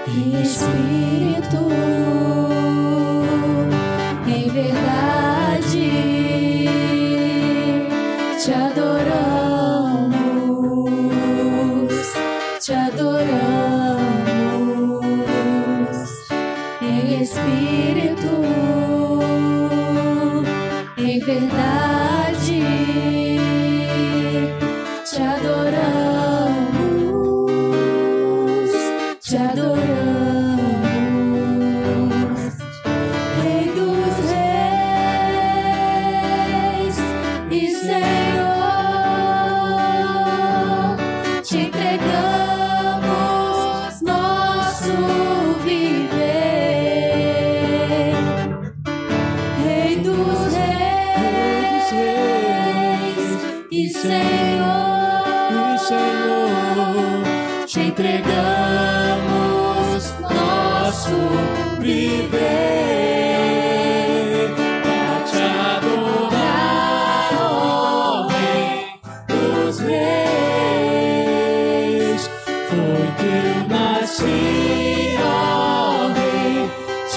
em espírito, em verdade, te adoramos, te adoramos, em espírito, em verdade, te adoramos, te adoramos, Rei dos Reis e Senhor, te entregamos nosso viver. Rei dos Reis e Senhor, te entregamos nosso viver pra te adorar, ó Rei dos Reis. Foi que eu nasci, ó Rei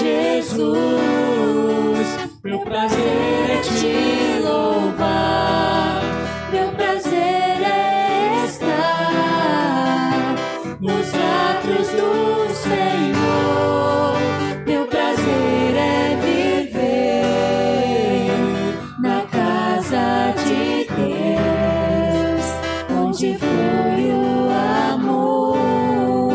Jesus. Meu prazer é te louvar, meu prazer é estar nos átrios do Senhor. Meu prazer é viver na casa de Deus, onde flui o amor.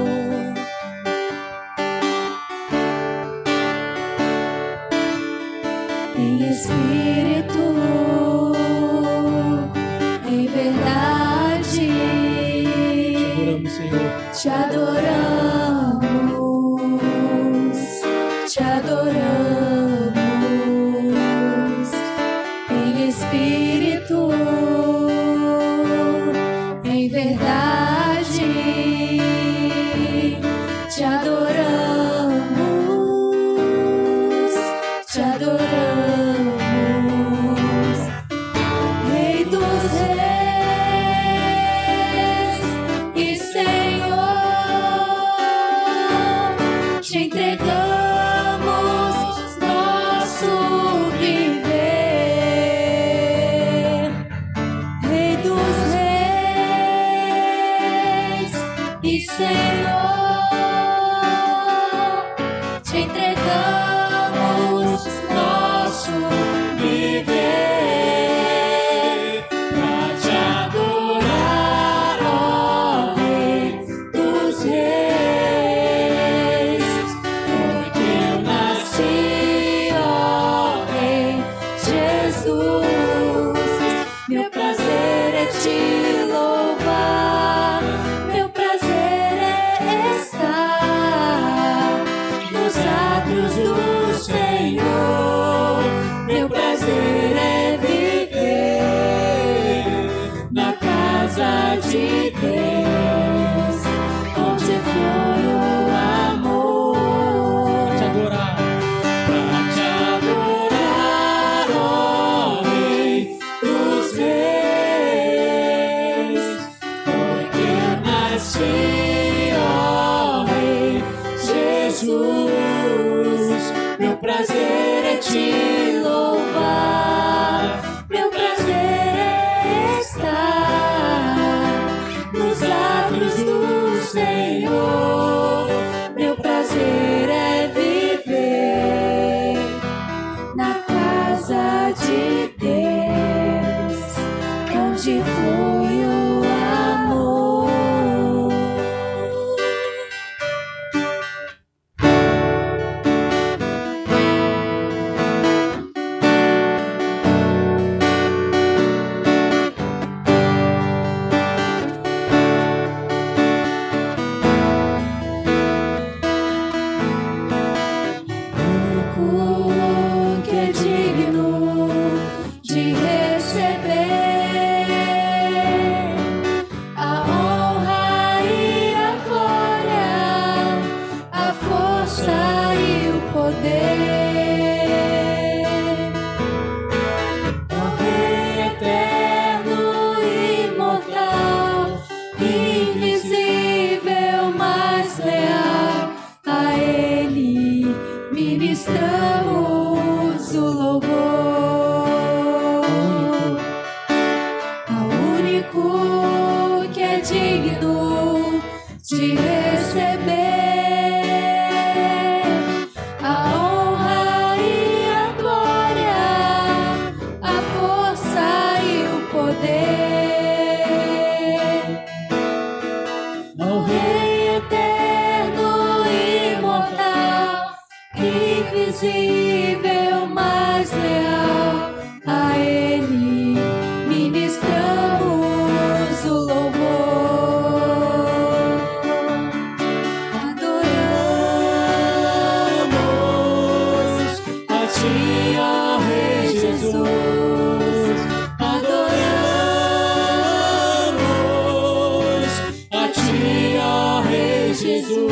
Em espírito, em verdade, te adoramos, te adoramos, em espírito, em verdade, te adoramos, te adoramos, Rei dos Reis e Senhor, te entregamos nosso viver. Rei dos Reis e Senhor, te entregamos nosso viver pra te adorar, ó Rei dos Reis. Foi que eu nasci, ó Rei Jesus. Meu prazer é te louvar, meu prazer é estar nos átrios do Senhor. Meu prazer é viver na casa de Deus, onde flui o amor. Pra te adorar, ó Rei dos Reis. Foi que eu nasci, ó Rei Jesus. Meu prazer é te louvar, meu prazer é estar nos átrios do Senhor. Meu prazer é viver na casa de Deus, onde flui o amor. Único que é digno de receber a honra e a glória, a força e o poder. É o Rei eterno e imortal, invisível, mas leal, indizível, mais leal, a Ele ministramos o louvor. Adoramos a Ti, ó Rei Jesus. Adoramos a Ti, ó Rei Jesus.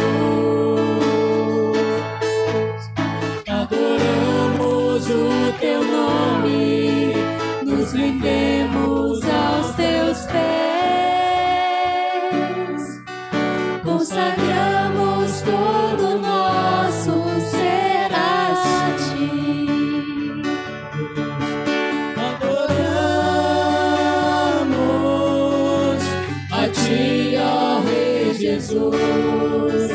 Adoramos o Teu nome, nos rendemos aos Teus pés, consagramos todo o nosso ser a Ti. Adoramos a Ti, ó Rei Jesus.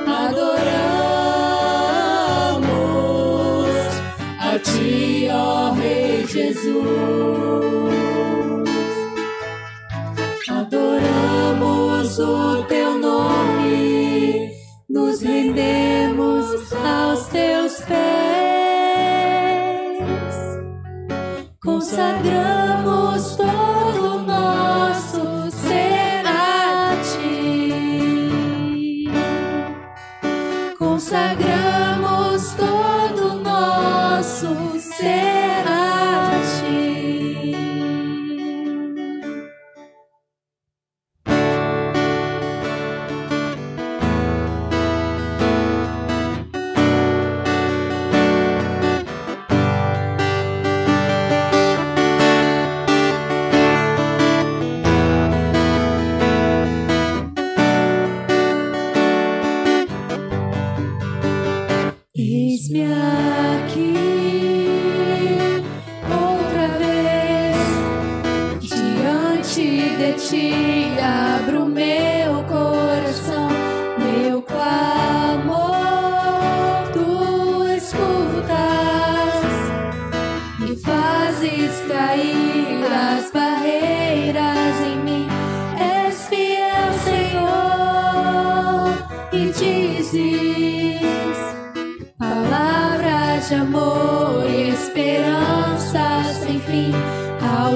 Adoramos a Ti, ó Rei Jesus. Adoramos o Teu nome, nos rendemos aos Teus pés, consagramos todo o nosso ser a Ti. Consagramos todo o nosso ser a Ti. Eis-me aqui outra vez, diante de Ti abro meu coração, meu clamor Tu escutas e fazes cair as barreiras em mim. És fiel, Senhor, e dizes palavras de amor e esperança sem fim. Ao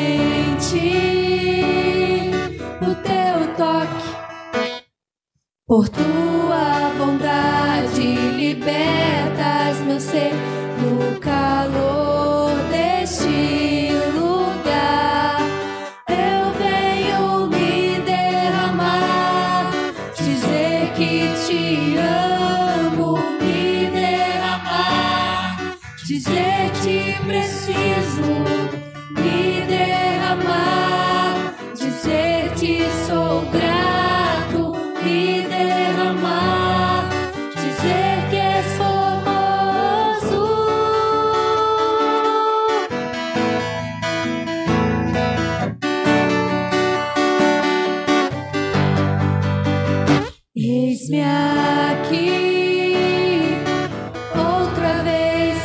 sentir o Teu toque, por Tua bondade libertas meu ser. No calor deste lugar eu venho me derramar, dizer que Te amo, me derramar, dizer que preciso, me derramar, dizer que sou grato, me derramar, dizer que és formoso. Eis-me aqui outra vez,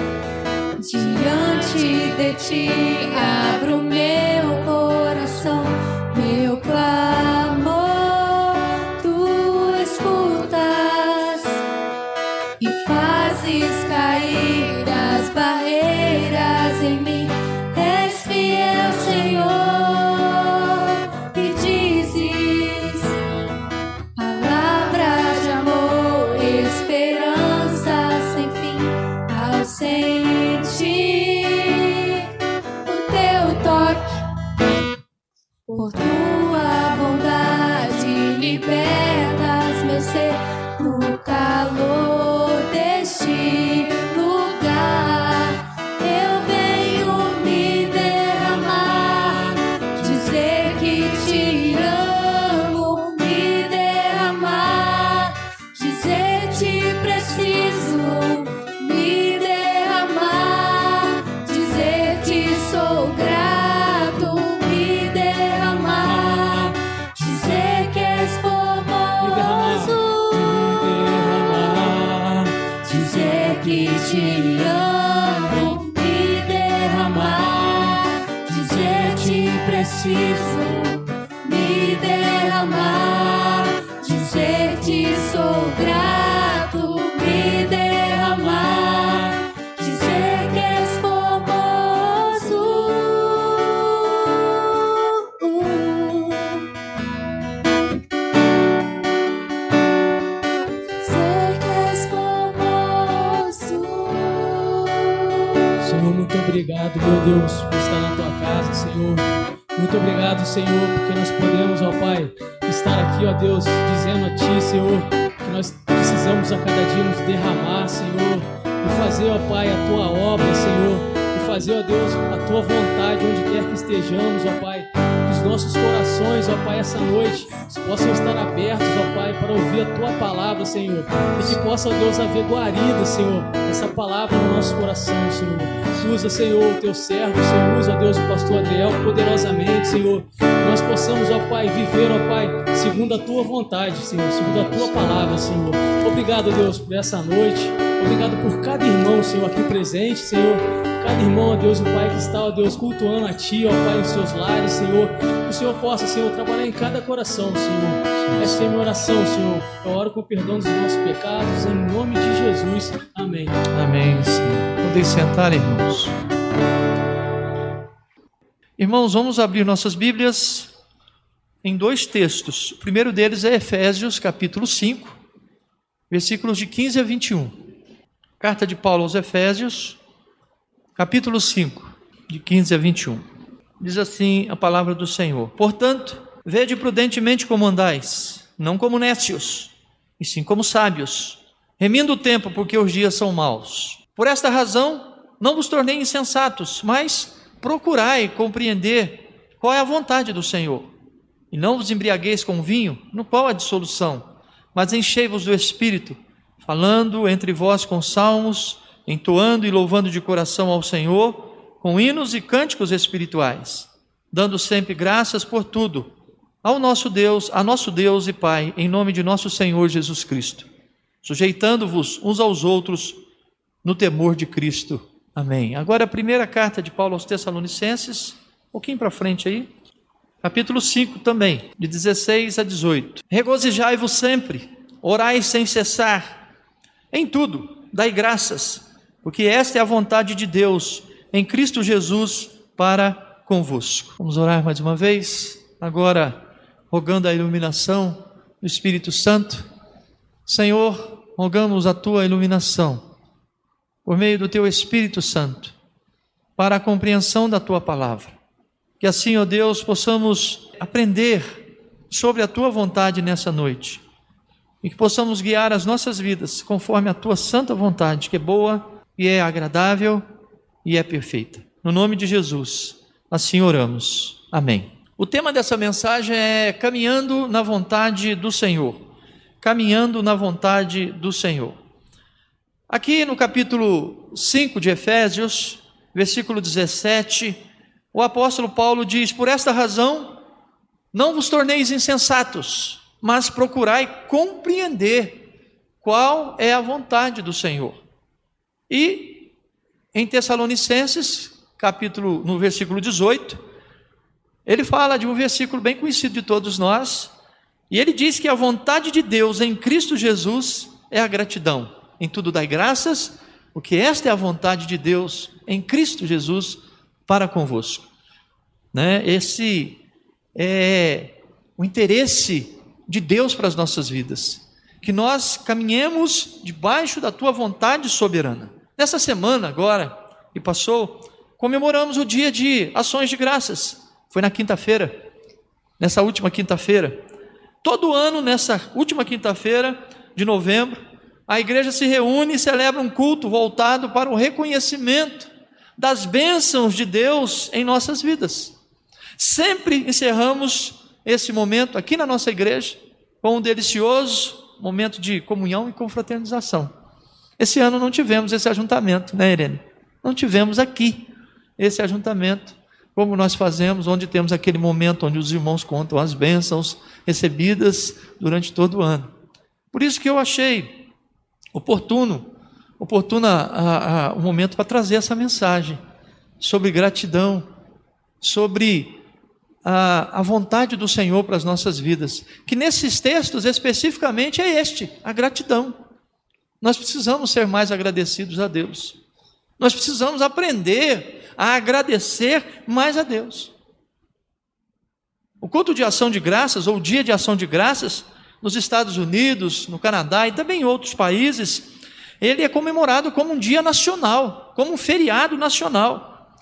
diante de Ti abro meu coração, meu clamor Tu escutas e fazes cair as barreiras em mim. És fiel, Senhor, e dizes palavras de amor e esperança sem fim. Ao sentir o Teu toque, por Tua bondade libertas meu ser. No calor deste lugar eu venho me derramar, dizer que Te amo, me derramar, dizer que preciso, me derramar, dizer que sou grato, me derramar, dizer que és formoso, dizer que Te amo, me derramar, dizer que preciso, me derramar, dizer que sou grato, me derramar. obrigado, meu Deus, por estar na tua casa, Senhor. Muito obrigado, Senhor, porque nós podemos, ó Pai, estar aqui, ó Deus, dizendo a Ti, Senhor, que nós precisamos a cada dia nos derramar, Senhor, e fazer, ó Pai, a Tua obra, Senhor, e fazer, ó Deus, a Tua vontade onde quer que estejamos, ó Pai. Que os nossos corações, ó Pai, essa noite possam estar abertos, ó Pai, para ouvir a Tua palavra, Senhor, e que possa, ó Deus, haver guarida, Senhor, essa palavra no nosso coração, Senhor. Usa, Senhor, o Teu servo, Senhor, usa, Deus, o pastor Adriel poderosamente, Senhor, que nós possamos, ó Pai, viver, ó Pai, segundo a Tua vontade, Senhor, segundo a Tua palavra, Senhor. Obrigado, Deus, por essa noite, obrigado por cada irmão, Senhor, aqui presente, Senhor, cada irmão, ó Deus, o Pai que está, ó Deus, cultuando a Ti, ó Pai, em seus lares, Senhor, que o Senhor possa, Senhor, trabalhar em cada coração, Senhor. Essa é a minha oração, Senhor. Eu oro com o perdão dos nossos pecados, em nome de Jesus. Amém. Amém, Senhor. Podem sentar, irmãos. Irmãos, vamos abrir nossas Bíblias em dois textos. O primeiro deles é Efésios, capítulo 5, versículos de 15 a 21. Carta de Paulo aos Efésios, capítulo 5, de 15 a 21. Diz assim a palavra do Senhor: Portanto, vede prudentemente como andais, não como nécios, e sim como sábios, remindo o tempo, porque os dias são maus. Por esta razão, não vos tornei insensatos, mas procurai compreender qual é a vontade do Senhor. E não vos embriagueis com vinho, no qual há dissolução, mas enchei-vos do Espírito, falando entre vós com salmos, entoando e louvando de coração ao Senhor, com hinos e cânticos espirituais, dando sempre graças por tudo ao nosso Deus e Pai, em nome de nosso Senhor Jesus Cristo, sujeitando-vos uns aos outros no temor de Cristo. Amém. Agora a primeira carta de Paulo aos Tessalonicenses, um pouquinho para frente aí, capítulo 5 também, de 16 a 18. Regozijai-vos sempre, orai sem cessar, em tudo dai graças, porque esta é a vontade de Deus em Cristo Jesus para convosco. Vamos orar mais uma vez, agora rogando a iluminação do Espírito Santo. Senhor, rogamos a Tua iluminação por meio do Teu Espírito Santo para a compreensão da Tua palavra. Que assim, ó Deus, possamos aprender sobre a Tua vontade nessa noite e que possamos guiar as nossas vidas conforme a Tua santa vontade, que é boa e é agradável e é perfeita. No nome de Jesus, assim oramos. Amém. O tema dessa mensagem é caminhando na vontade do Senhor. Caminhando na vontade do Senhor. Aqui no capítulo 5 de Efésios, versículo 17, o apóstolo Paulo diz: Por esta razão, não vos torneis insensatos, mas procurai compreender qual é a vontade do Senhor. E em Tessalonicenses, no versículo 18, ele fala de um versículo bem conhecido de todos nós, e ele diz que a vontade de Deus em Cristo Jesus é a gratidão. Em tudo dai graças, porque esta é a vontade de Deus em Cristo Jesus para convosco. Esse é o interesse de Deus para as nossas vidas, que nós caminhemos debaixo da Tua vontade soberana. Nessa semana agora, que passou, comemoramos o dia de ações de graças. Foi na quinta-feira, nessa última quinta-feira. Todo ano, nessa última quinta-feira de novembro, a igreja se reúne e celebra um culto voltado para o reconhecimento das bênçãos de Deus em nossas vidas. Sempre encerramos esse momento aqui na nossa igreja com um delicioso momento de comunhão e confraternização. Esse ano não tivemos esse ajuntamento, né, Irene? Não tivemos aqui esse ajuntamento, como nós fazemos, onde temos aquele momento onde os irmãos contam as bênçãos recebidas durante todo o ano. Por isso que eu achei oportuno o momento para trazer essa mensagem sobre gratidão, sobre a vontade do Senhor para as nossas vidas, que nesses textos especificamente é a gratidão. Nós precisamos ser mais agradecidos a Deus. Nós precisamos aprender a agradecer mais a Deus. O culto de ação de graças, ou o dia de ação de graças, nos Estados Unidos, no Canadá e também em outros países, ele é comemorado como um dia nacional, como um feriado nacional.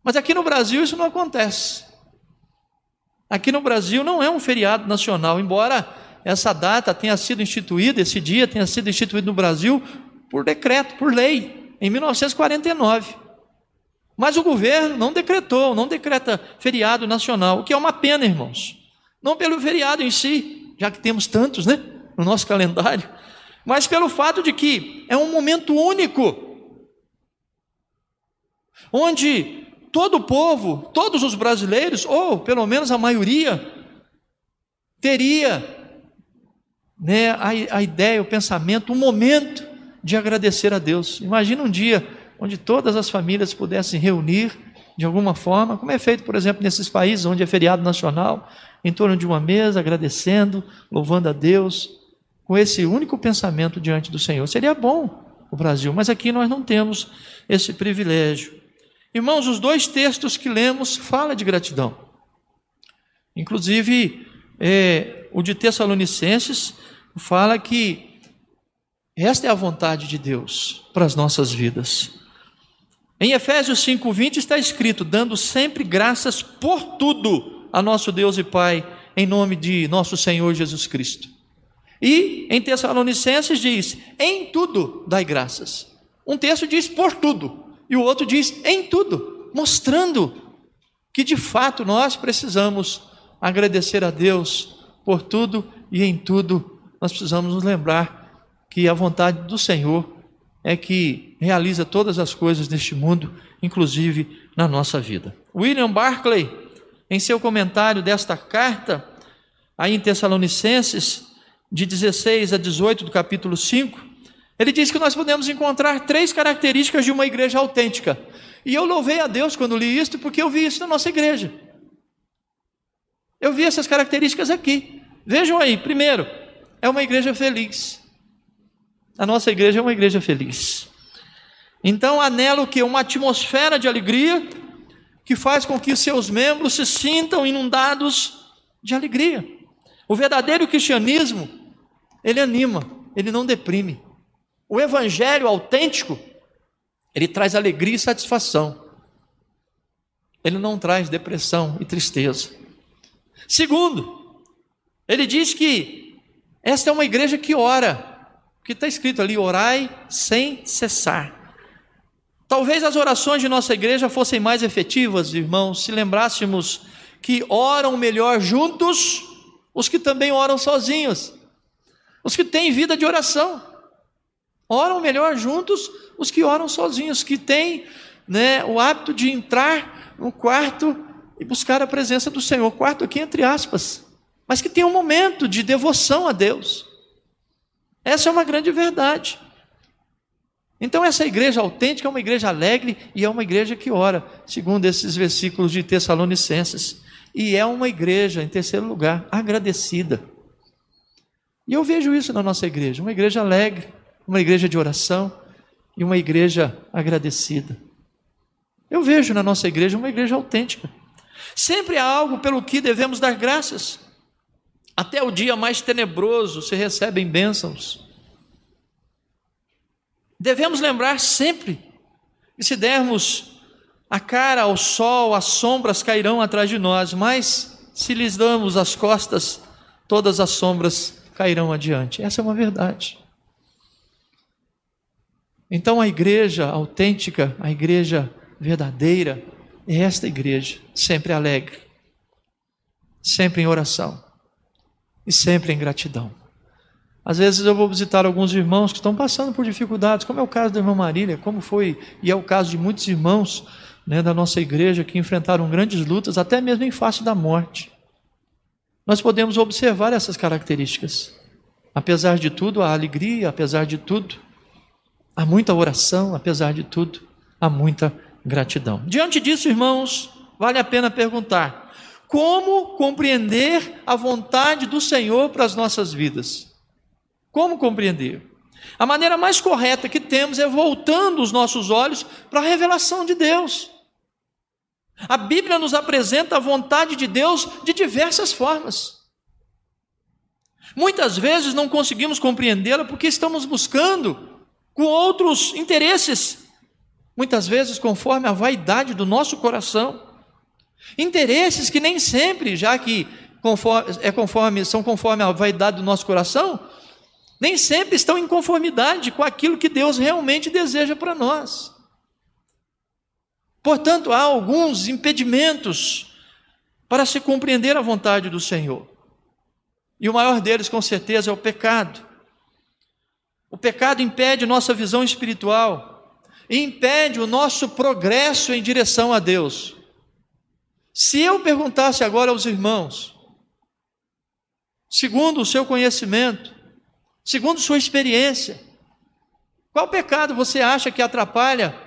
Mas aqui no Brasil isso não acontece. Aqui no Brasil não é um feriado nacional, embora essa data tenha sido instituída, esse dia tenha sido instituído no Brasil por decreto, por lei, em 1949. Mas o governo não decreta feriado nacional, o que é uma pena, irmãos. Não pelo feriado em si, já que temos tantos, né, no nosso calendário, mas pelo fato de que é um momento único, onde todo o povo, todos os brasileiros, ou pelo menos a maioria, teria a ideia, o pensamento, um momento de agradecer a Deus. Imagina um dia onde todas as famílias pudessem reunir de alguma forma, como é feito, por exemplo, nesses países onde é feriado nacional, em torno de uma mesa, agradecendo, louvando a Deus, com esse único pensamento diante do Senhor. Seria bom o Brasil, mas aqui nós não temos esse privilégio. Irmãos, os 2 textos que lemos falam de gratidão. Inclusive, o de Tessalonicenses fala que esta é a vontade de Deus para as nossas vidas. Em Efésios 5:20 está escrito: dando sempre graças por tudo a nosso Deus e Pai, em nome de nosso Senhor Jesus Cristo. E em Tessalonicenses diz: em tudo dai graças. Um texto diz por tudo, e o outro diz em tudo, mostrando que de fato nós precisamos agradecer a Deus por tudo, e em tudo nós precisamos nos lembrar que a vontade do Senhor é que realiza todas as coisas neste mundo, inclusive na nossa vida. William Barclay, em seu comentário desta carta, aí em Tessalonicenses, de 16 a 18 do capítulo 5, ele diz que nós podemos encontrar 3 características de uma igreja autêntica. E eu louvei a Deus quando li isto, porque eu vi isso na nossa igreja. Eu vi essas características aqui. Vejam aí, primeiro, é uma igreja feliz. A nossa igreja é uma igreja feliz. Então, anelo que uma atmosfera de alegria que faz com que seus membros se sintam inundados de alegria. O verdadeiro cristianismo, ele anima, ele não deprime. O evangelho autêntico, ele traz alegria e satisfação. Ele não traz depressão e tristeza. Segundo, ele diz que esta é uma igreja que ora. Que está escrito ali: orai sem cessar. Talvez as orações de nossa igreja fossem mais efetivas, irmãos, se lembrássemos que oram melhor juntos os que também oram sozinhos, os que têm vida de oração. Oram melhor juntos os que oram sozinhos, que têm o hábito de entrar no quarto e buscar a presença do Senhor. Quarto aqui entre aspas, mas que tem um momento de devoção a Deus. Essa é uma grande verdade. Então essa igreja autêntica é uma igreja alegre e é uma igreja que ora, segundo esses versículos de Tessalonicenses. E é uma igreja, em terceiro lugar, agradecida. E eu vejo isso na nossa igreja, uma igreja alegre, uma igreja de oração e uma igreja agradecida. Eu vejo na nossa igreja uma igreja autêntica. Sempre há algo pelo que devemos dar graças. Até o dia mais tenebroso se recebem bênçãos. Devemos lembrar sempre que se dermos a cara ao sol, as sombras cairão atrás de nós, mas se lhes damos as costas, todas as sombras cairão adiante. Essa é uma verdade. Então a igreja autêntica, a igreja verdadeira, é esta igreja, sempre alegre, sempre em oração e sempre em gratidão. Às vezes eu vou visitar alguns irmãos que estão passando por dificuldades, como é o caso da irmã Marília, como foi e é o caso de muitos irmãos da nossa igreja que enfrentaram grandes lutas, até mesmo em face da morte. Nós podemos observar essas características. Apesar de tudo, há alegria, apesar de tudo, há muita oração, apesar de tudo, há muita gratidão. Diante disso, irmãos, vale a pena perguntar: como compreender a vontade do Senhor para as nossas vidas? Como compreender? A maneira mais correta que temos é voltando os nossos olhos para a revelação de Deus. A Bíblia nos apresenta a vontade de Deus de diversas formas. Muitas vezes não conseguimos compreendê-la porque estamos buscando com outros interesses muitas vezes conforme a vaidade do nosso coração, interesses que nem sempre, já que são conforme a vaidade do nosso coração, nem sempre estão em conformidade com aquilo que Deus realmente deseja para nós. Portanto, há alguns impedimentos para se compreender a vontade do Senhor. E o maior deles, com certeza, é o pecado. O pecado impede nossa visão espiritual, e impede o nosso progresso em direção a Deus. Se eu perguntasse agora aos irmãos, segundo o seu conhecimento, segundo sua experiência, qual pecado você acha que atrapalha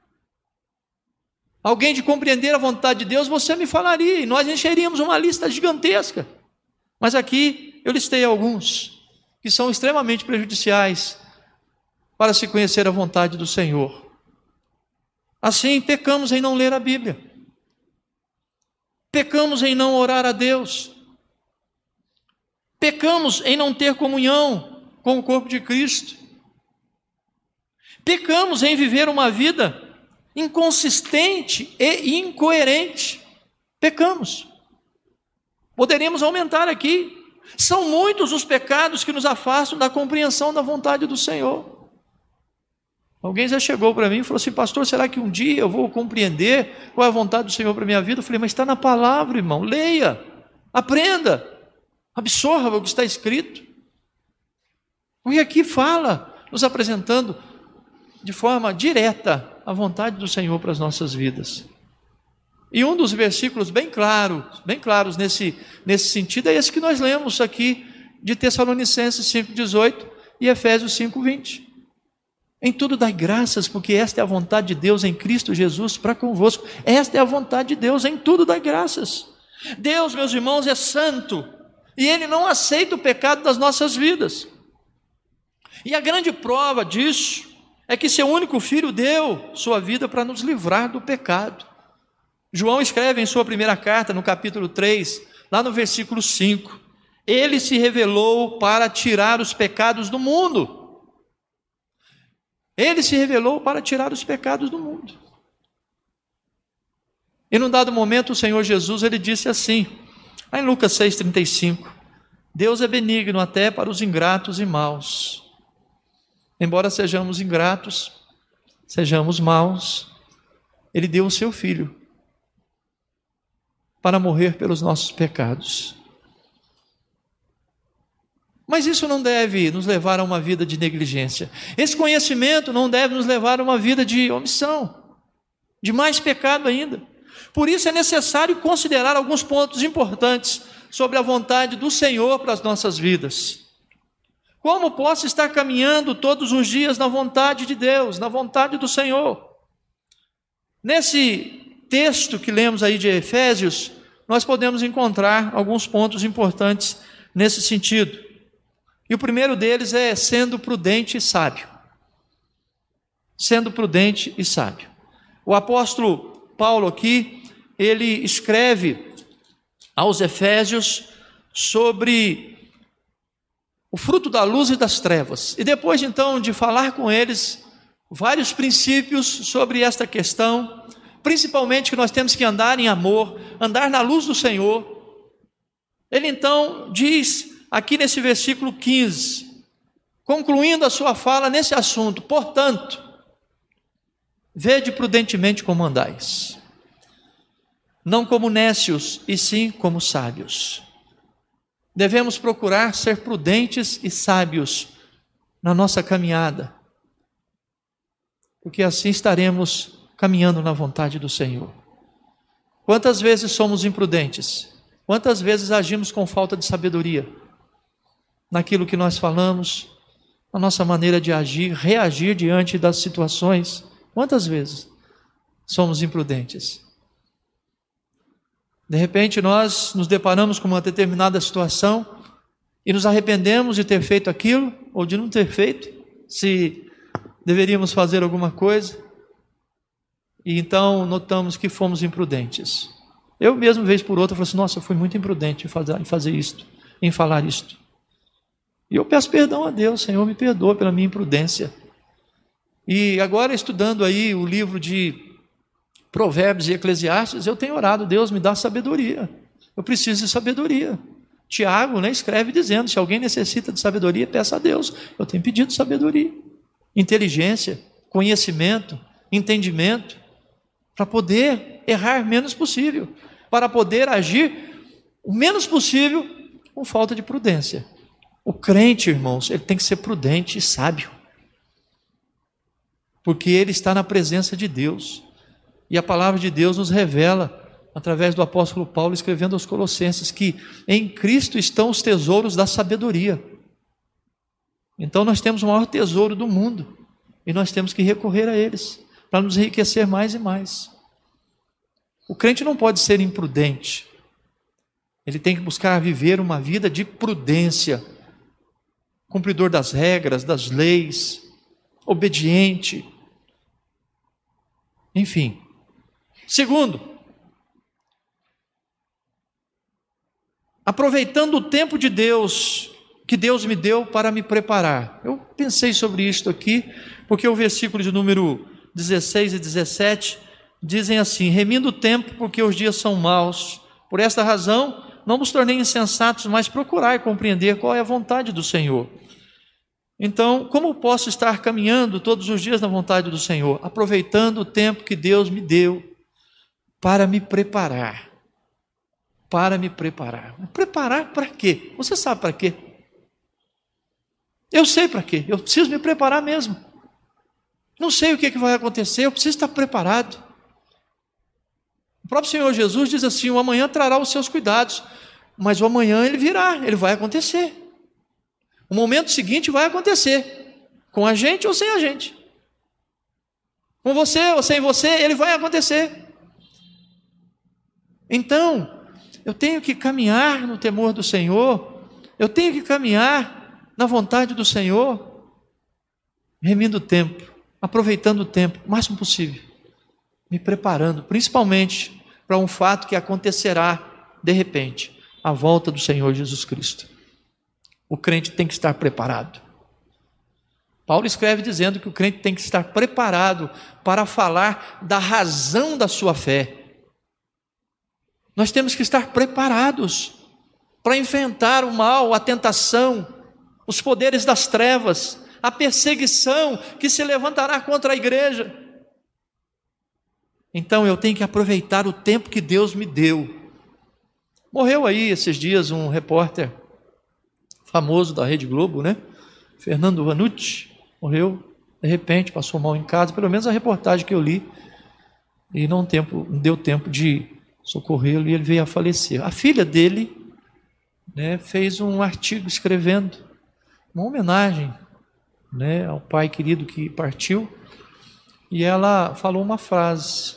alguém de compreender a vontade de Deus? Você me falaria, e nós encheríamos uma lista gigantesca. Mas aqui eu listei alguns que são extremamente prejudiciais para se conhecer a vontade do Senhor. Assim, pecamos em não ler a Bíblia. Pecamos em não orar a Deus. Pecamos em não ter comunhão com o corpo de Cristo. Pecamos em viver uma vida inconsistente e incoerente. Pecamos. Poderíamos aumentar aqui. São muitos os pecados que nos afastam da compreensão da vontade do Senhor. Alguém já chegou para mim e falou assim: pastor, será que um dia eu vou compreender qual é a vontade do Senhor para a minha vida? Eu falei: mas está na palavra, irmão, leia, aprenda, absorva o que está escrito. E aqui fala, nos apresentando de forma direta a vontade do Senhor para as nossas vidas. E um dos versículos bem claros nesse sentido é esse que nós lemos aqui de Tessalonicenses 5,18 e Efésios 5,20. Em tudo dai graças, porque esta é a vontade de Deus em Cristo Jesus para convosco. Esta é a vontade de Deus, em tudo dai graças. Deus, meus irmãos, é santo, e Ele não aceita o pecado das nossas vidas. E a grande prova disso é que seu único Filho deu sua vida para nos livrar do pecado. João escreve em sua primeira carta, no capítulo 3, lá no versículo 5, Ele se revelou para tirar os pecados do mundo. Ele se revelou para tirar os pecados do mundo. E num dado momento o Senhor Jesus, Ele disse assim, lá em Lucas 6,35, Deus é benigno até para os ingratos e maus. Embora sejamos ingratos, sejamos maus, Ele deu o seu Filho para morrer pelos nossos pecados. Mas isso não deve nos levar a uma vida de negligência. Esse conhecimento não deve nos levar a uma vida de omissão, de mais pecado ainda. Por isso é necessário considerar alguns pontos importantes sobre a vontade do Senhor para as nossas vidas. Como posso estar caminhando todos os dias na vontade de Deus, na vontade do Senhor? Nesse texto que lemos aí de Efésios, nós podemos encontrar alguns pontos importantes nesse sentido. E o primeiro deles é sendo prudente e sábio. Sendo prudente e sábio. O apóstolo Paulo aqui, ele escreve aos Efésios sobre o fruto da luz e das trevas. E depois então de falar com eles vários princípios sobre esta questão, principalmente que nós temos que andar em amor, andar na luz do Senhor, ele então diz aqui nesse versículo 15, concluindo a sua fala nesse assunto, portanto, vede prudentemente como andais, não como nécios, e sim como sábios. Devemos procurar ser prudentes e sábios na nossa caminhada, porque assim estaremos caminhando na vontade do Senhor. Quantas vezes somos imprudentes? Quantas vezes agimos com falta de sabedoria? Naquilo que nós falamos, na nossa maneira de agir, reagir diante das situações. Quantas vezes somos imprudentes? De repente nós nos deparamos com uma determinada situação e nos arrependemos de ter feito aquilo ou de não ter feito, se deveríamos fazer alguma coisa, e então notamos que fomos imprudentes. Eu mesmo, vez por outra, falo assim, nossa, eu fui muito imprudente em fazer isto, em falar isto. E eu peço perdão a Deus, Senhor, me perdoa pela minha imprudência. E agora, estudando aí o livro de Provérbios e Eclesiastes, eu tenho orado: Deus, me dá sabedoria. Eu preciso de sabedoria. Tiago, né, escreve dizendo: se alguém necessita de sabedoria, peça a Deus. Eu tenho pedido sabedoria, inteligência, conhecimento, entendimento, para poder errar menos possível, para poder agir o menos possível com falta de prudência. O crente, irmãos, ele tem que ser prudente e sábio, porque ele está na presença de Deus. E a palavra de Deus nos revela, através do apóstolo Paulo, escrevendo aos Colossenses, que em Cristo estão os tesouros da sabedoria. Então nós temos o maior tesouro do mundo, e nós temos que recorrer a eles, para nos enriquecer mais e mais. O crente não pode ser imprudente. Ele tem que buscar viver uma vida de prudência, cumpridor das regras, das leis, obediente. Enfim. Segundo, aproveitando o tempo de Deus, que Deus me deu para me preparar. Eu pensei sobre isto aqui, porque o versículo de número 16 e 17 dizem assim: remindo o tempo, porque os dias são maus. Por esta razão, não vos tornei insensatos, mas procurai compreender qual é a vontade do Senhor. Então, como posso estar caminhando todos os dias na vontade do Senhor? Aproveitando o tempo que Deus me deu para me preparar. Para me preparar. Preparar para quê? Você sabe para quê? Eu sei para quê. Eu preciso me preparar mesmo. Não sei o que vai acontecer, eu preciso estar preparado. O próprio Senhor Jesus diz assim: o amanhã trará os seus cuidados, mas o amanhã ele virá, ele vai acontecer. O momento seguinte vai acontecer, com a gente ou sem a gente. Com você ou sem você, ele vai acontecer. Então, eu tenho que caminhar no temor do Senhor, eu tenho que caminhar na vontade do Senhor, remindo o tempo, aproveitando o tempo o máximo possível, me preparando, principalmente para um fato que acontecerá de repente, a volta do Senhor Jesus Cristo. O crente tem que estar preparado. Paulo escreve dizendo que o crente tem que estar preparado para falar da razão da sua fé. Nós temos que estar preparados para enfrentar o mal, a tentação, os poderes das trevas, a perseguição que se levantará contra a igreja. Então eu tenho que aproveitar o tempo que Deus me deu. Morreu aí esses dias um repórter famoso da Rede Globo, né? Fernando Vanucci, morreu de repente, passou mal em casa, pelo menos a reportagem que eu li, e não deu tempo de socorrê-lo e ele veio a falecer. A filha dele, né, fez um artigo escrevendo uma homenagem, né, ao pai querido que partiu, e ela falou uma frase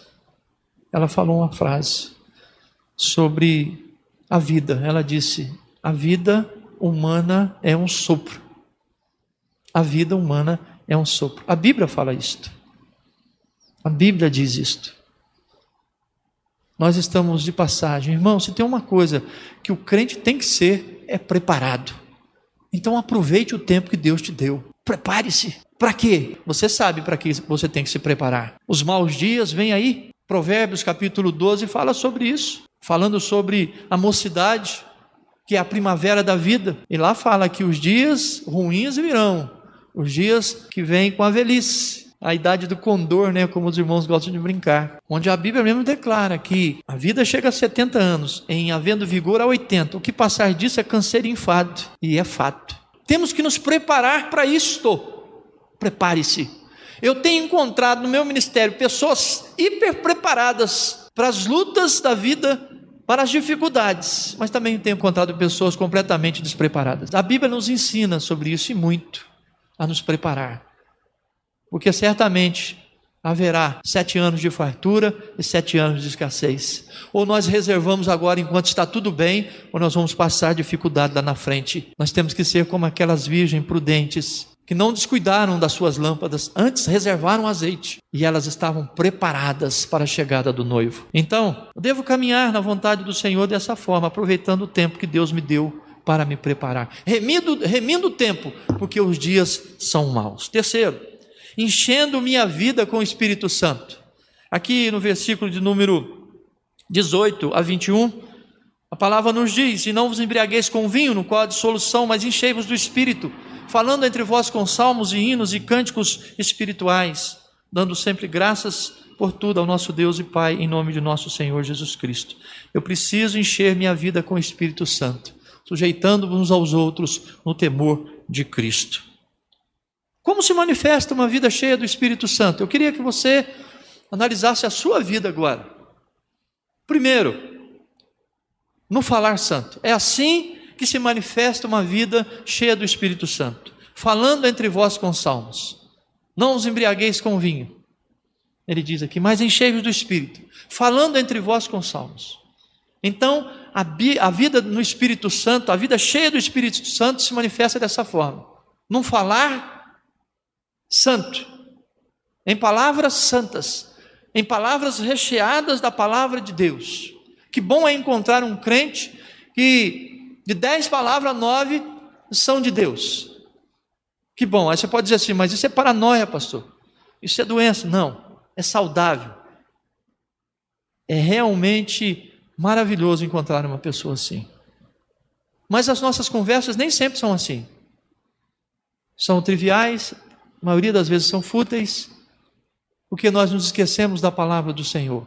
sobre a vida. Ela disse: a vida humana é um sopro. A vida humana é um sopro. A Bíblia fala isto. A Bíblia diz isto. Nós estamos de passagem. Irmão, se tem uma coisa que o crente tem que ser, é preparado. Então aproveite o tempo que Deus te deu. Prepare-se. Para quê? Você sabe para que você tem que se preparar. Os maus dias vêm aí. Provérbios capítulo 12 fala sobre isso. Falando sobre a mocidade, que é a primavera da vida. E lá fala que os dias ruins virão. Os dias que vêm com a velhice. A idade do condor, né, como os irmãos gostam de brincar. Onde a Bíblia mesmo declara que a vida chega a 70 anos, em havendo vigor a 80. O que passar disso é câncer e enfado. E é fato. Temos que nos preparar para isto. Prepare-se. Eu tenho encontrado no meu ministério pessoas hiper preparadas para as lutas da vida, para as dificuldades, mas também tenho encontrado pessoas completamente despreparadas. A Bíblia nos ensina sobre isso e muito, a nos preparar. Porque certamente haverá 7 anos de fartura e 7 anos de escassez. Ou nós reservamos agora enquanto está tudo bem, ou nós vamos passar dificuldade lá na frente. Nós temos que ser como aquelas virgens prudentes, que não descuidaram das suas lâmpadas, antes reservaram azeite, e elas estavam preparadas para a chegada do noivo. Então, eu devo caminhar na vontade do Senhor dessa forma, aproveitando o tempo que Deus me deu para me preparar. Remindo o tempo, porque os dias são maus. Terceiro, enchendo minha vida com o Espírito Santo. Aqui no versículo de número 18 a 21, a palavra nos diz: e não vos embriagueis com vinho, no qual há dissolução, mas enchei-vos do Espírito, falando entre vós com salmos e hinos e cânticos espirituais, dando sempre graças por tudo ao nosso Deus e Pai, em nome de nosso Senhor Jesus Cristo. Eu preciso encher minha vida com o Espírito Santo, sujeitando-nos uns aos outros no temor de Cristo. Como se manifesta uma vida cheia do Espírito Santo? Eu queria que você analisasse a sua vida agora. Primeiro, no falar santo. É assim que se manifesta uma vida cheia do Espírito Santo. Falando entre vós com salmos. Não os embriagueis com vinho. Ele diz aqui, mas enchei-vos do Espírito. Falando entre vós com salmos. Então, a vida no Espírito Santo, a vida cheia do Espírito Santo se manifesta dessa forma. Num falar santo. Em palavras santas. Em palavras recheadas da palavra de Deus. Que bom é encontrar um crente que de 10 palavras, 9 são de Deus. Que bom. Aí você pode dizer assim, mas isso é paranoia, pastor. Isso é doença. Não, é saudável. É realmente maravilhoso encontrar uma pessoa assim. Mas as nossas conversas nem sempre são assim. São triviais, a maioria das vezes são fúteis, porque nós nos esquecemos da palavra do Senhor.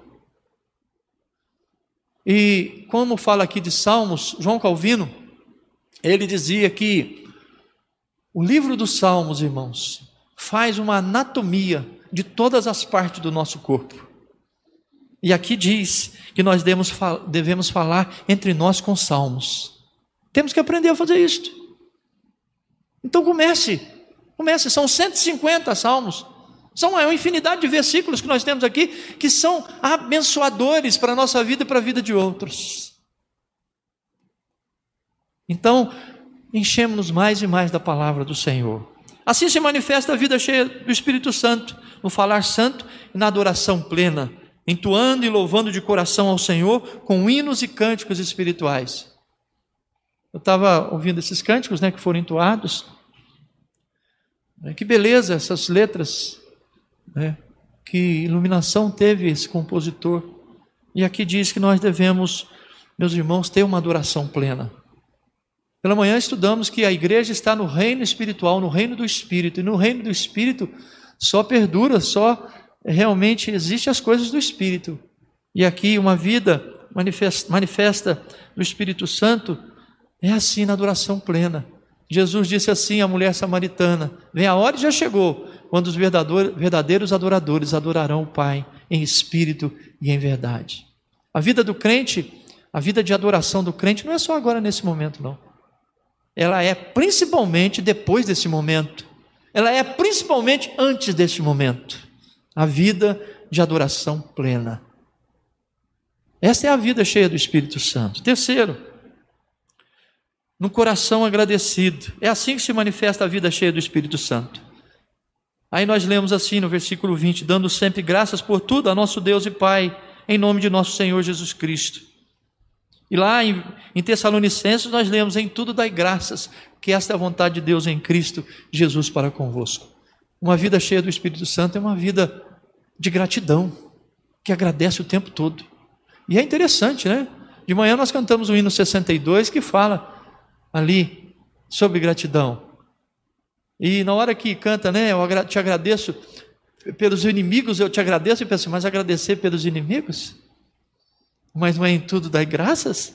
E como fala aqui de Salmos, João Calvino, ele dizia que o livro dos Salmos, irmãos, faz uma anatomia de todas as partes do nosso corpo. E aqui diz que nós devemos falar entre nós com salmos. Temos que aprender a fazer isto. Então comece, são 150 salmos. São uma infinidade de versículos que nós temos aqui, que são abençoadores para a nossa vida e para a vida de outros. Então, enchemos-nos mais e mais da palavra do Senhor. Assim se manifesta a vida cheia do Espírito Santo, no falar santo e na adoração plena, entoando e louvando de coração ao Senhor com hinos e cânticos espirituais. Eu estava ouvindo esses cânticos, que foram entoados. Que beleza essas letras. Que iluminação teve esse compositor. E aqui diz que nós devemos, meus irmãos, ter uma adoração plena. Pela manhã estudamos que a igreja está no reino espiritual, no reino do Espírito. E no reino do Espírito só perdura, só realmente existe as coisas do Espírito. E aqui uma vida manifesta do Espírito Santo é assim na adoração plena. Jesus disse assim à mulher samaritana: vem a hora e já chegou, quando os verdadeiros adoradores adorarão o Pai em espírito e em verdade. A vida do crente, a vida de adoração do crente não é só agora nesse momento, não. Ela é principalmente depois desse momento. Ela é principalmente antes desse momento. A vida de adoração plena. Essa é a vida cheia do Espírito Santo. Terceiro, no coração agradecido. É assim que se manifesta a vida cheia do Espírito Santo. Aí nós lemos assim no versículo 20, dando sempre graças por tudo a nosso Deus e Pai, em nome de nosso Senhor Jesus Cristo. E lá em Tessalonicenses nós lemos: em tudo dai graças, que esta é a vontade de Deus em Cristo Jesus para convosco. Uma vida cheia do Espírito Santo é uma vida de gratidão, que agradece o tempo todo. E é interessante, De manhã nós cantamos o hino 62, que fala ali sobre gratidão. E na hora que canta, eu te agradeço pelos inimigos, eu te agradeço, e penso, mas agradecer pelos inimigos? Mas não é em tudo dar graças?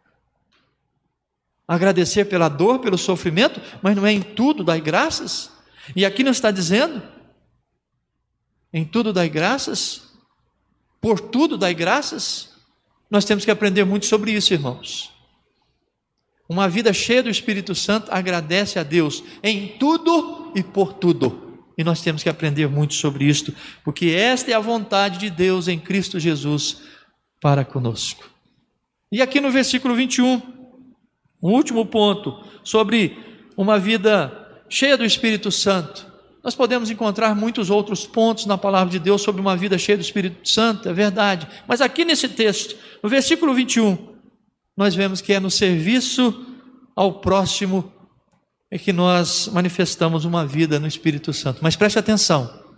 Agradecer pela dor, pelo sofrimento, mas não é em tudo dar graças? E aqui não está dizendo, em tudo dar graças, por tudo dar graças? Nós temos que aprender muito sobre isso, irmãos. Uma vida cheia do Espírito Santo agradece a Deus em tudo e por tudo. E nós temos que aprender muito sobre isto, porque esta é a vontade de Deus em Cristo Jesus para conosco. E aqui no versículo 21, o último ponto, sobre uma vida cheia do Espírito Santo. Nós podemos encontrar muitos outros pontos na palavra de Deus sobre uma vida cheia do Espírito Santo, é verdade. Mas aqui nesse texto, no versículo 21, nós vemos que é no serviço ao próximo é que nós manifestamos uma vida no Espírito Santo. Mas preste atenção,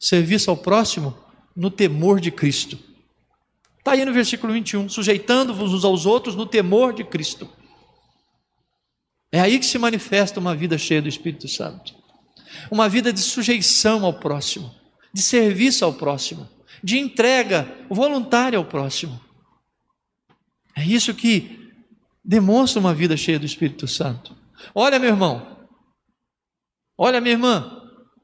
Serviço ao próximo no temor de Cristo. Está aí no versículo 21, sujeitando-vos uns aos outros no temor de Cristo. É aí que se manifesta uma vida cheia do Espírito Santo. Uma vida de sujeição ao próximo, de serviço ao próximo, de entrega voluntária ao próximo. É isso que demonstra uma vida cheia do Espírito Santo. Olha, meu irmão, olha, minha irmã,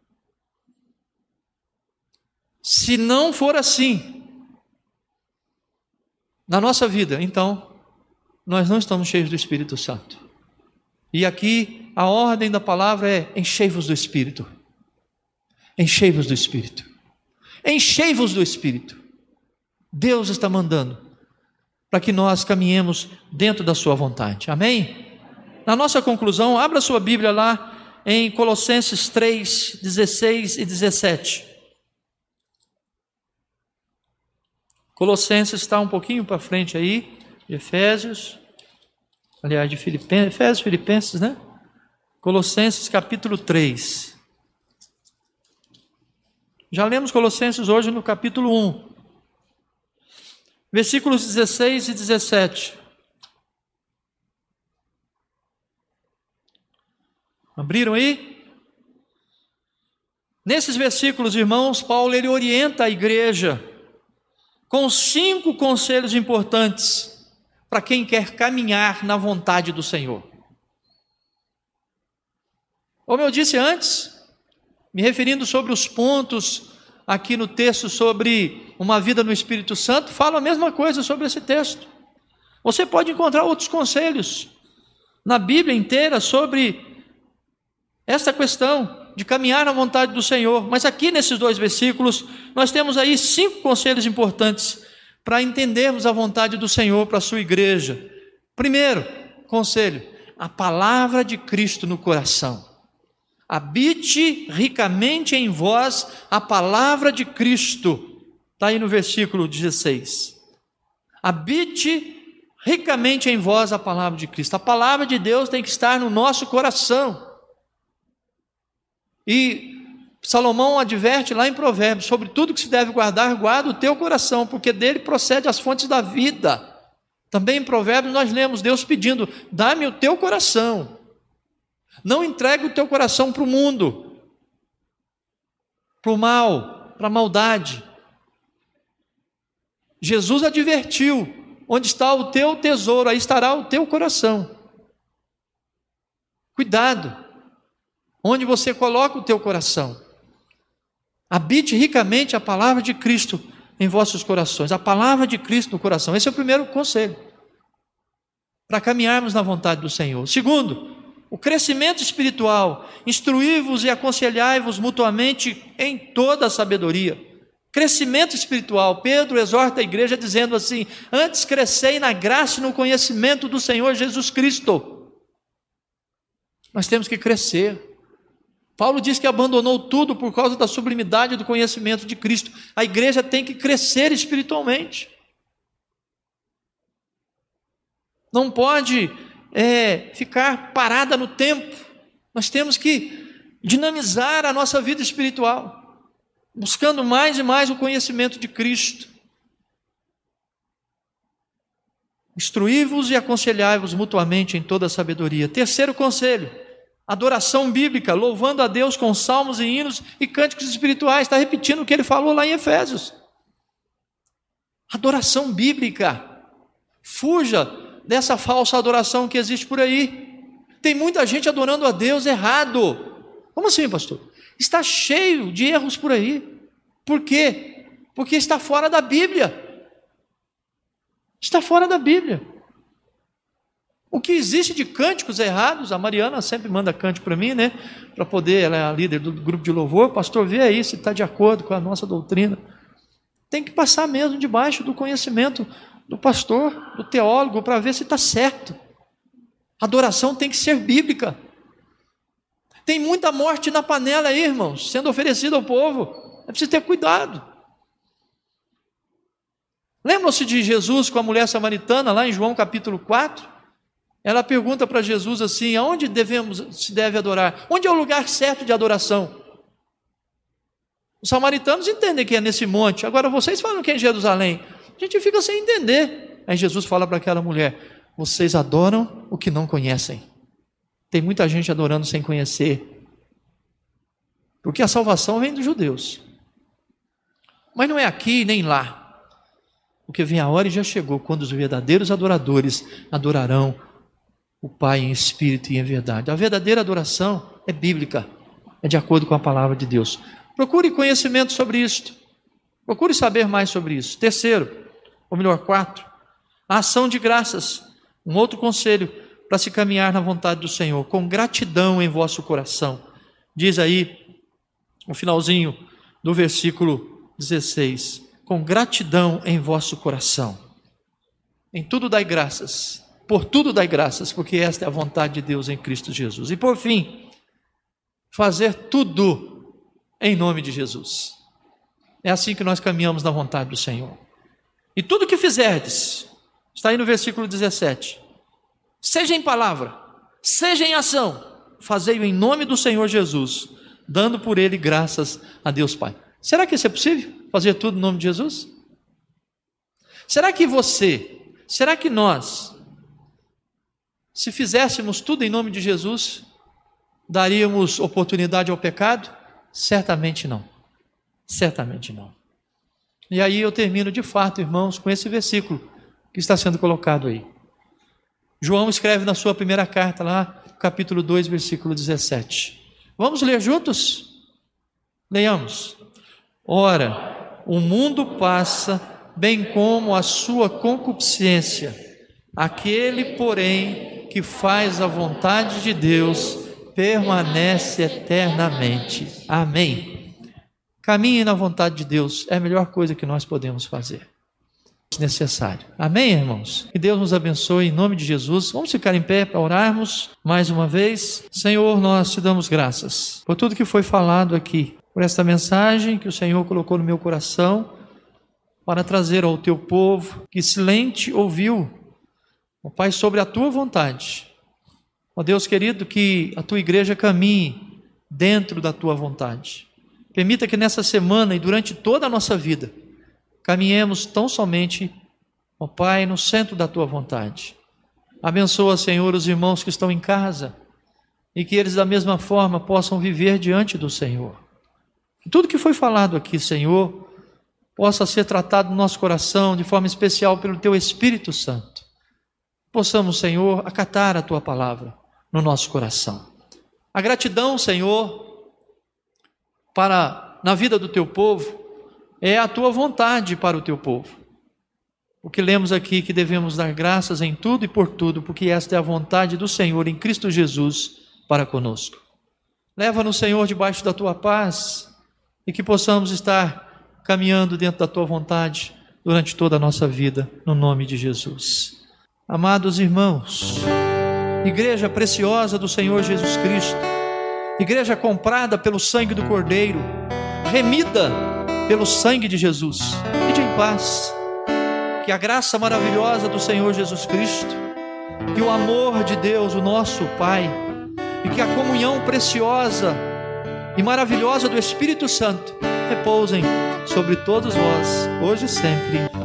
se não for assim na nossa vida, então nós não estamos cheios do Espírito Santo. E aqui a ordem da palavra é: enchei-vos do Espírito. Enchei-vos do Espírito. Enchei-vos do Espírito. Deus está mandando para que nós caminhemos dentro da sua vontade. Amém? Na nossa conclusão, abra sua Bíblia lá em Colossenses 3, 16 e 17. Colossenses está um pouquinho para frente aí, de Efésios, aliás, de Filipenses, Efésios, Filipenses, né? Colossenses capítulo 3. Já lemos Colossenses hoje no capítulo 1. Versículos 16 e 17. Abriram aí? Nesses versículos, irmãos, Paulo ele orienta a igreja com 5 conselhos importantes para quem quer caminhar na vontade do Senhor. Como eu disse antes, me referindo sobre os pontos aqui no texto sobre uma vida no Espírito Santo, falo a mesma coisa sobre esse texto. Você pode encontrar outros conselhos na Bíblia inteira sobre essa questão de caminhar na vontade do Senhor, mas aqui nesses 2 versículos nós temos aí 5 conselhos importantes para entendermos a vontade do Senhor para a sua igreja. Primeiro conselho: a palavra de Cristo no coração. Habite ricamente em vós a palavra de Cristo. Está aí no versículo 16. Habite ricamente em vós a palavra de Cristo. A palavra de Deus tem que estar no nosso coração. E Salomão adverte lá em Provérbios: sobre tudo que se deve guardar, guarda o teu coração, porque dele procede as fontes da vida. Também em Provérbios nós lemos Deus pedindo: dá-me o teu coração. Não entregue o teu coração para o mundo, para o mal, para a maldade. Jesus advertiu: onde está o teu tesouro, aí estará o teu coração. Cuidado, onde você coloca o teu coração. Habite ricamente a palavra de Cristo em vossos corações. A palavra de Cristo no coração. Esse é o primeiro conselho para caminharmos na vontade do Senhor. Segundo, o crescimento espiritual. Instruí-vos e aconselhai-vos mutuamente em toda a sabedoria. Crescimento espiritual. Pedro exorta a igreja dizendo assim: antes crescei na graça e no conhecimento do Senhor Jesus Cristo. Nós temos que crescer. Paulo diz que abandonou tudo por causa da sublimidade do conhecimento de Cristo. A igreja tem que crescer espiritualmente. Não pode ficar parada no tempo. Nós temos que dinamizar a nossa vida espiritual, buscando mais e mais o conhecimento de Cristo. Instruí-vos e aconselhai-vos mutuamente em toda a sabedoria. Terceiro conselho: adoração bíblica, louvando a Deus com salmos e hinos e cânticos espirituais. Está repetindo o que ele falou lá em Efésios. Adoração bíblica. Fuja dessa falsa adoração que existe por aí. Tem muita gente adorando a Deus errado. Como assim, pastor? Está cheio de erros por aí. Por quê? Porque está fora da Bíblia. Está fora da Bíblia. O que existe de cânticos errados, a Mariana sempre manda cântico para mim, né? Para poder, ela é a líder do grupo de louvor. Pastor, vê aí se está de acordo com a nossa doutrina. Tem que passar mesmo debaixo do conhecimento do pastor, do teólogo, para ver se está certo. A adoração tem que ser bíblica. Tem muita morte na panela aí, irmãos, sendo oferecida ao povo. É preciso ter cuidado. Lembram-se de Jesus com a mulher samaritana, lá em João capítulo 4? Ela pergunta para Jesus assim: aonde se deve adorar? Onde é o lugar certo de adoração? Os samaritanos entendem que é nesse monte. Agora vocês falam que é em Jerusalém. A gente fica sem entender. Aí Jesus fala para aquela mulher: vocês adoram o que não conhecem. Tem muita gente adorando sem conhecer. Porque a salvação vem dos judeus. Mas não é aqui nem lá. Porque vem a hora e já chegou, quando os verdadeiros adoradores adorarão o Pai em espírito e em verdade. A verdadeira adoração é bíblica, é de acordo com a palavra de Deus. Procure conhecimento sobre isto. Procure saber mais sobre isso. Terceiro, ou melhor, 4, a ação de graças. Um outro conselho para se caminhar na vontade do Senhor, com gratidão em vosso coração. Diz aí, no finalzinho do versículo 16, com gratidão em vosso coração. Em tudo dai graças, por tudo dai graças, porque esta é a vontade de Deus em Cristo Jesus. E por fim, fazer tudo em nome de Jesus. É assim que nós caminhamos na vontade do Senhor. E tudo que fizerdes, está aí no versículo 17, seja em palavra, seja em ação, fazei-o em nome do Senhor Jesus, dando por ele graças a Deus Pai. Será que isso é possível? Fazer tudo em nome de Jesus? Será que nós, se fizéssemos tudo em nome de Jesus, daríamos oportunidade ao pecado? Certamente não. Certamente não. E aí eu termino de fato, irmãos, com esse versículo que está sendo colocado aí. João escreve na sua primeira carta lá, capítulo 2, versículo 17. Vamos ler juntos? Leiamos. Ora, o mundo passa, bem como a sua concupiscência. Aquele, porém, que faz a vontade de Deus, permanece eternamente. Amém. Caminhe na vontade de Deus, é a melhor coisa que nós podemos fazer. Necessário. Amém, irmãos? Que Deus nos abençoe em nome de Jesus. Vamos ficar em pé para orarmos mais uma vez. Senhor, nós te damos graças por tudo que foi falado aqui, por esta mensagem que o Senhor colocou no meu coração para trazer ao teu povo que silente ouviu, ó Pai, sobre a tua vontade. Ó Deus querido, que a tua igreja caminhe dentro da tua vontade. Permita que nessa semana e durante toda a nossa vida caminhemos tão somente, ó Pai, no centro da tua vontade. Abençoa, Senhor, os irmãos que estão em casa e que eles da mesma forma possam viver diante do Senhor. Que tudo que foi falado aqui, Senhor, possa ser tratado no nosso coração de forma especial pelo teu Espírito Santo. Possamos, Senhor, acatar a tua palavra no nosso coração. A gratidão, Senhor, na vida do teu povo, é a tua vontade para o teu povo. O que lemos aqui, que devemos dar graças em tudo e por tudo, porque esta é a vontade do Senhor em Cristo Jesus para conosco. Leva-nos, Senhor, debaixo da tua paz e que possamos estar caminhando dentro da tua vontade durante toda a nossa vida, no nome de Jesus. Amados irmãos, igreja preciosa do Senhor Jesus Cristo, igreja comprada pelo sangue do Cordeiro, remida pelo sangue de Jesus, ide em paz, que a graça maravilhosa do Senhor Jesus Cristo, que o amor de Deus, o nosso Pai, e que a comunhão preciosa e maravilhosa do Espírito Santo repousem sobre todos vós, hoje e sempre.